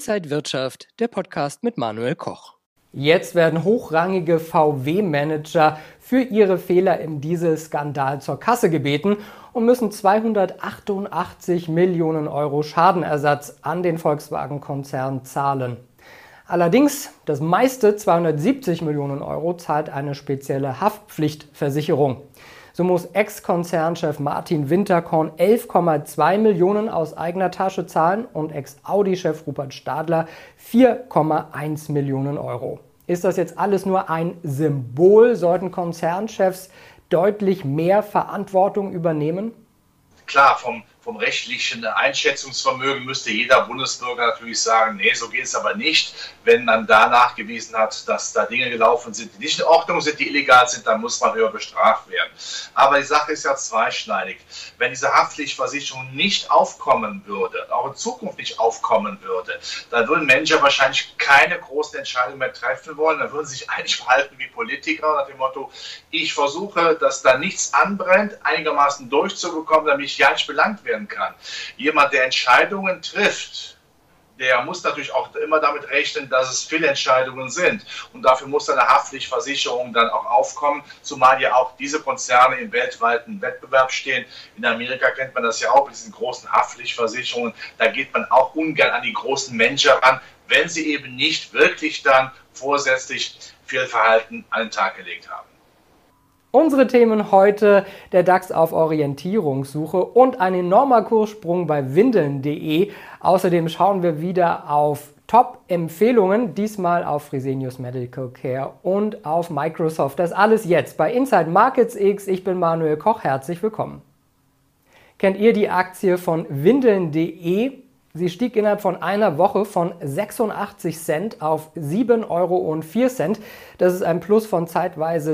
Inside Wirtschaft, der Podcast mit Manuel Koch. Jetzt werden hochrangige VW-Manager für ihre Fehler im Dieselskandal zur Kasse gebeten und müssen 288 Millionen Euro Schadenersatz an den Volkswagen-Konzern zahlen. Allerdings, das meiste, 270 Millionen Euro, zahlt eine spezielle Haftpflichtversicherung. So muss Ex-Konzernchef Martin Winterkorn 11,2 Millionen aus eigener Tasche zahlen und Ex-Audi-Chef Rupert Stadler 4,1 Millionen Euro. Ist das jetzt alles nur ein Symbol? Sollten Konzernchefs deutlich mehr Verantwortung übernehmen? Klar, vom rechtlichen Einschätzungsvermögen müsste jeder Bundesbürger natürlich sagen, nee, so geht es aber nicht. Wenn man da nachgewiesen hat, dass da Dinge gelaufen sind, die nicht in Ordnung sind, die illegal sind, dann muss man höher bestraft werden. Aber die Sache ist ja zweischneidig. Wenn diese Haftpflichtversicherung nicht aufkommen würde, auch in Zukunft nicht aufkommen würde, dann würden Menschen wahrscheinlich keine großen Entscheidungen mehr treffen wollen. Dann würden sie sich eigentlich verhalten wie Politiker nach dem Motto, ich versuche, dass da nichts anbrennt, einigermaßen durchzubekommen, damit ich ja nicht belangt werden kann. Jemand, der Entscheidungen trifft, der muss natürlich auch immer damit rechnen, dass es Fehlentscheidungen sind. Und dafür muss eine Haftpflichtversicherung dann auch aufkommen, zumal ja auch diese Konzerne im weltweiten Wettbewerb stehen. In Amerika kennt man das ja auch mit diesen großen Haftpflichtversicherungen. Da geht man auch ungern an die großen Menschen ran, wenn sie eben nicht wirklich dann vorsätzlich Fehlverhalten an den Tag gelegt haben. Unsere Themen heute: der DAX auf Orientierungssuche und ein enormer Kurssprung bei Windeln.de. Außerdem schauen wir wieder auf Top-Empfehlungen, diesmal auf Fresenius Medical Care und auf Microsoft. Das alles jetzt bei Inside Markets X. Ich bin Manuel Koch, herzlich willkommen. Kennt ihr die Aktie von Windeln.de? Sie stieg innerhalb von einer Woche von 86 Cent auf 7,04 Euro. Das ist ein Plus von zeitweise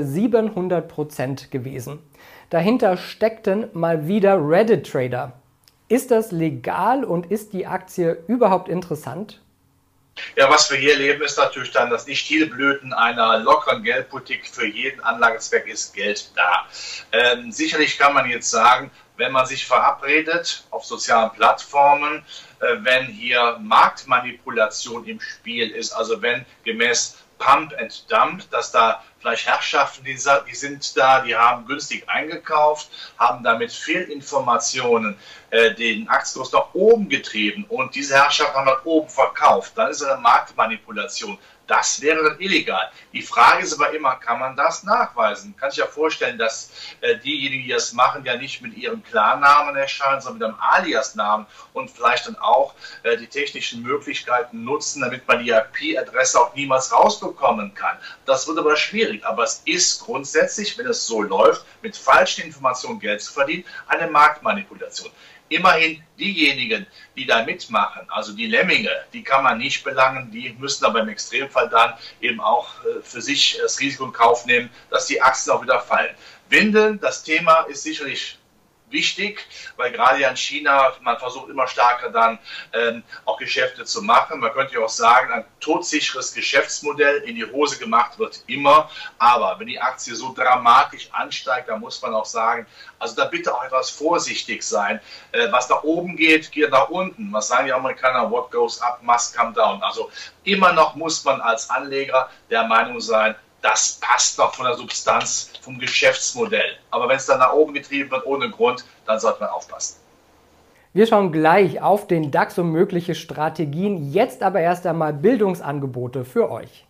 700% gewesen. Dahinter steckten mal wieder Reddit-Trader. Ist das legal und ist die Aktie überhaupt interessant? Ja, was wir hier erleben, ist natürlich dann, dass die Stilblüten einer lockeren Geldpolitik. Für jeden Anlagezweck ist Geld da. Sicherlich kann man jetzt sagen, wenn man sich verabredet auf sozialen Plattformen, wenn hier Marktmanipulation im Spiel ist, also wenn gemäß Pump and Dump, dass da vielleicht Herrschaften, die sind da, die haben günstig eingekauft, haben damit Fehlinformationen den Aktienkurs nach oben getrieben und diese Herrschaften haben nach oben verkauft, dann ist es eine Marktmanipulation. Das wäre dann illegal. Die Frage ist aber immer, kann man das nachweisen? Kann sich ja vorstellen, dass diejenigen, die das machen, ja nicht mit ihrem Klarnamen erscheinen, sondern mit einem Alias-Namen und vielleicht dann auch die technischen Möglichkeiten nutzen, damit man die IP-Adresse auch niemals rausbekommen kann. Das wird aber schwierig. Aber es ist grundsätzlich, wenn es so läuft, mit falschen Informationen Geld zu verdienen, eine Marktmanipulation. Immerhin diejenigen, die da mitmachen, also die Lemminge, die kann man nicht belangen, die müssen aber im Extremfall dann eben auch für sich das Risiko in Kauf nehmen, dass die Aktien auch wieder fallen. Windeln, das Thema ist sicherlich wichtig, weil gerade ja in China, man versucht immer stärker dann auch Geschäfte zu machen. Man könnte ja auch sagen, ein todsicheres Geschäftsmodell in die Hose gemacht wird immer. Aber wenn die Aktie so dramatisch ansteigt, dann muss man auch sagen, also da bitte auch etwas vorsichtig sein. Was nach oben geht, geht nach unten. Was sagen die Amerikaner? What goes up must come down. Also immer noch muss man als Anleger der Meinung sein, das passt noch von der Substanz, vom Geschäftsmodell. Aber wenn es dann nach oben getrieben wird ohne Grund, dann sollte man aufpassen. Wir schauen gleich auf den DAX und mögliche Strategien. Jetzt aber erst einmal Bildungsangebote für euch.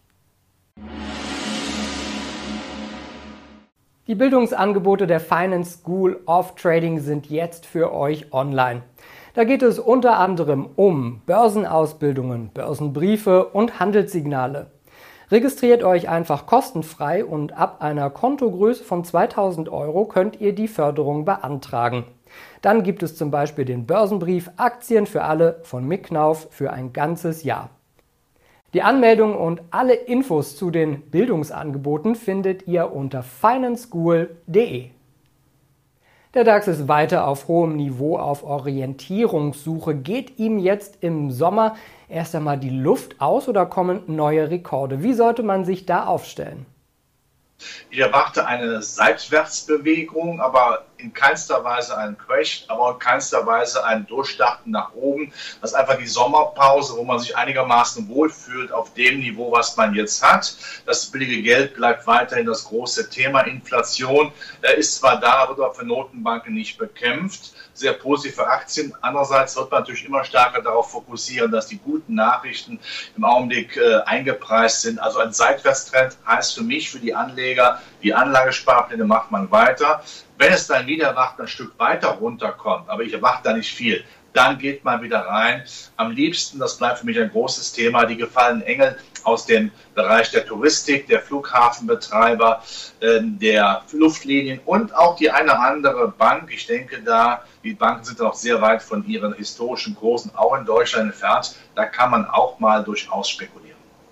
Die Bildungsangebote der Finance School of Trading sind jetzt für euch online. Da geht es unter anderem um Börsenausbildungen, Börsenbriefe und Handelssignale. Registriert euch einfach kostenfrei und ab einer Kontogröße von 2000 Euro könnt ihr die Förderung beantragen. Dann gibt es zum Beispiel den Börsenbrief Aktien für alle von Mick Knauf für ein ganzes Jahr. Die Anmeldung und alle Infos zu den Bildungsangeboten findet ihr unter financeschool.de. Der DAX ist weiter auf hohem Niveau auf Orientierungssuche. Geht ihm jetzt im Sommer erst einmal die Luft aus oder kommen neue Rekorde? Wie sollte man sich da aufstellen? Ich erwarte eine Seitwärtsbewegung, aber in keinster Weise einen Crash, aber in keinster Weise ein Durchstarten nach oben. Das ist einfach die Sommerpause, wo man sich einigermaßen wohlfühlt auf dem Niveau, was man jetzt hat. Das billige Geld bleibt weiterhin das große Thema. Inflation ist zwar da, wird aber für Notenbanken nicht bekämpft. Sehr positiv für Aktien. Andererseits wird man natürlich immer stärker darauf fokussieren, dass die guten Nachrichten im Augenblick eingepreist sind. Also ein Seitwärtstrend heißt für mich, für die Anleger, die Anlagesparpläne macht man weiter. Wenn es dann wieder ein Stück weiter runterkommt, aber ich erwarte da nicht viel, dann geht man wieder rein. Am liebsten, das bleibt für mich ein großes Thema, die gefallenen Engel aus dem Bereich der Touristik, der Flughafenbetreiber, der Luftlinien und auch die eine oder andere Bank. Ich denke die Banken sind noch sehr weit von ihren historischen Kursen, auch in Deutschland entfernt. Da kann man auch mal durchaus spekulieren.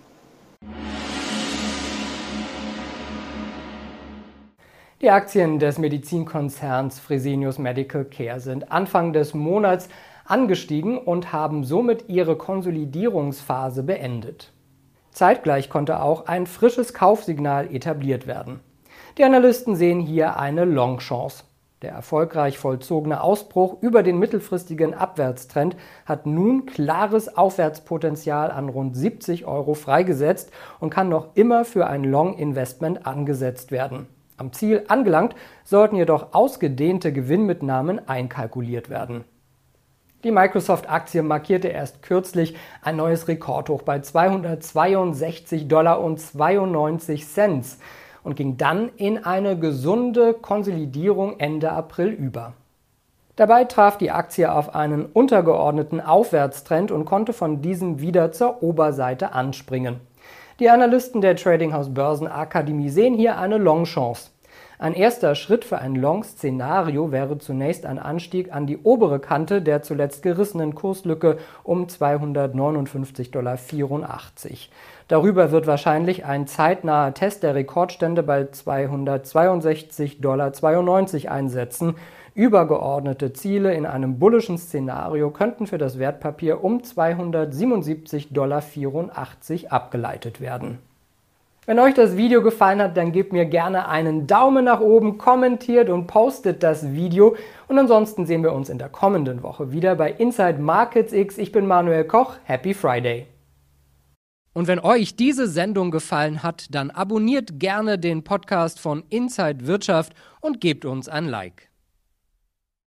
Die Aktien des Medizinkonzerns Fresenius Medical Care sind Anfang des Monats angestiegen und haben somit ihre Konsolidierungsphase beendet. Zeitgleich konnte auch ein frisches Kaufsignal etabliert werden. Die Analysten sehen hier eine Long-Chance. Der erfolgreich vollzogene Ausbruch über den mittelfristigen Abwärtstrend hat nun klares Aufwärtspotenzial an rund 70 € freigesetzt und kann noch immer für ein Long-Investment angesetzt werden. Am Ziel angelangt, sollten jedoch ausgedehnte Gewinnmitnahmen einkalkuliert werden. Die Microsoft-Aktie markierte erst kürzlich ein neues Rekordhoch bei $262,92 und ging dann in eine gesunde Konsolidierung Ende April über. Dabei traf die Aktie auf einen untergeordneten Aufwärtstrend und konnte von diesem wieder zur Oberseite anspringen. Die Analysten der Tradinghaus Börsenakademie sehen hier eine Long-Chance. Ein erster Schritt für ein Long-Szenario wäre zunächst ein Anstieg an die obere Kante der zuletzt gerissenen Kurslücke um $259,84. Darüber wird wahrscheinlich ein zeitnaher Test der Rekordstände bei $262,92 einsetzen. Übergeordnete Ziele in einem bullischen Szenario könnten für das Wertpapier um $277,84 abgeleitet werden. Wenn euch das Video gefallen hat, dann gebt mir gerne einen Daumen nach oben, kommentiert und postet das Video. Und ansonsten sehen wir uns in der kommenden Woche wieder bei Inside Markets X. Ich bin Manuel Koch. Happy Friday! Und wenn euch diese Sendung gefallen hat, dann abonniert gerne den Podcast von Inside Wirtschaft und gebt uns ein Like.